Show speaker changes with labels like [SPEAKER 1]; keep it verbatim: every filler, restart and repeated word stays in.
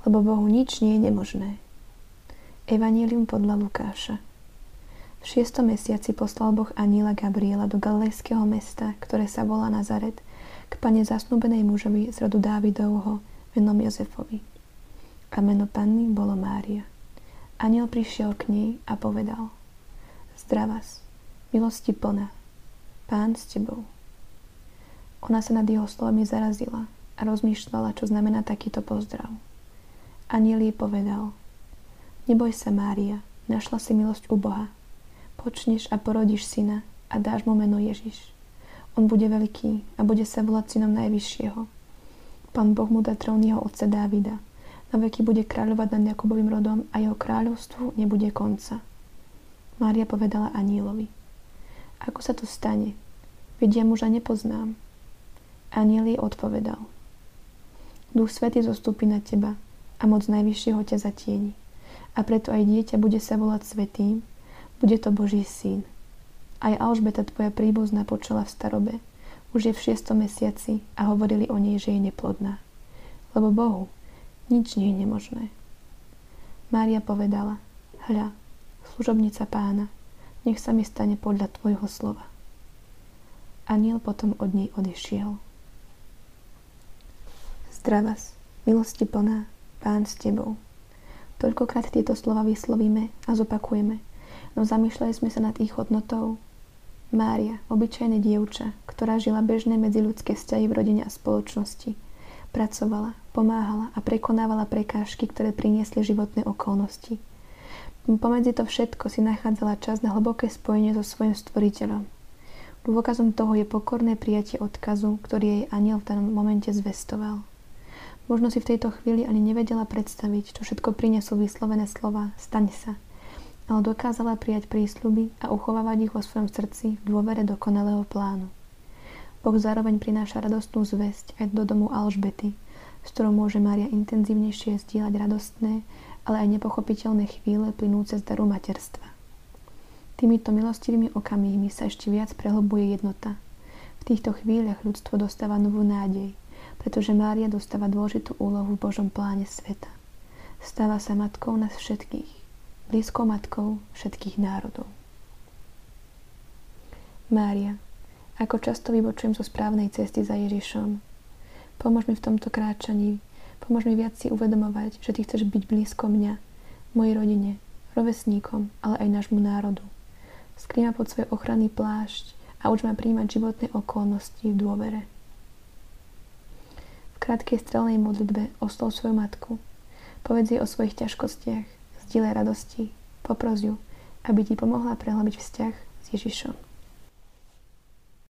[SPEAKER 1] lebo Bohu nič nie je nemožné. Evanjelium podľa Lukáša. V šiestom mesiaci poslal Boh anjela Gabriela do galilejského mesta, ktoré sa volá Nazaret, k pane zasnúbenej mužovi z rodu Dávidovho menom Jozefovi. A meno panny bolo Mária. Anjel prišiel k nej a povedal: Zdravás, milosti plná, Pán s tebou. Ona sa nad jeho slovami zarazila a rozmýšľala, čo znamená takýto pozdrav. Anjel jej povedal: Neboj sa, Mária, našla si milosť u Boha. Počneš a porodíš syna a dáš mu meno Ježiš. On bude veľký a bude sa volať synom Najvyššieho. Pán Boh mu dá trón jeho otca Dávida. Na veky bude kráľovať nad Jakubovým rodom a jeho kráľovstvu nebude konca. Mária povedala anjelovi: Ako sa to stane? Veď ja muža nepoznám. Anjel jej odpovedal: Duch Svätý zostúpi na teba a moc Najvyššieho ťa zatieni. A preto aj dieťa bude sa volať Svätým, bude to Boží syn. Aj Alžbeta, tvoja príbuzná, počala v starobe. Už je v šiestom mesiaci a hovorili o nej, že je neplodná. Lebo Bohu nič nie je nemožné. Mária povedala: Hľa, služobnica Pána, nech sa mi stane podľa tvojho slova. Anjel potom od nej odišiel. Zdravás, milosti plná, Pán s tebou. Toľkokrát tieto slova vyslovíme a zopakujeme, no zamýšľali sme sa nad ich hodnotou. Mária, obyčajné dievča, ktorá žila bežné medziľudské vzťahy v rodine a spoločnosti, pracovala, pomáhala a prekonávala prekážky, ktoré priniesli životné okolnosti. Pomedzi to všetko si nachádzala čas na hlboké spojenie so svojím stvoriteľom. Dôkazom toho je pokorné prijatie odkazu, ktorý jej anjel v danom momente zvestoval. Možno si v tejto chvíli ani nevedela predstaviť, čo všetko prinesú vyslovené slova "staň sa", ale dokázala prijať prísľuby a uchovávať ich vo svojom srdci v dôvere dokonalého plánu. Boh zároveň prináša radostnú zvesť aj do domu Alžbety, s ktorou môže Mária intenzívnejšie zdieľať radostné, ale aj nepochopiteľné chvíle plynúce z daru materstva. Týmito milostivými okamihmi sa ešte viac prehlbuje jednota. V týchto chvíľach ľudstvo dostáva novú nádej, pretože Mária dostáva dôležitú úlohu v Božom pláne sveta. Stáva sa matkou nás všetkých, blízkou matkou všetkých národov. Mária, ako často vybočujem zo správnej cesty za Ježišom. Pomôž mi v tomto kráčaní, pomôž mi viac si uvedomovať, že Ty chceš byť blízko mňa, mojej rodine, rovesníkom, ale aj nášmu národu. Skrý ma pod svoj ochranný plášť a uč ma prijímať životné okolnosti v dôvere. V krátkej strelnej modlitbe oslov svoju matku. Povedz jej o svojich ťažkostiach, zdieľaj radosti, popros ju, aby ti pomohla prehlbiť vzťah s Ježišom.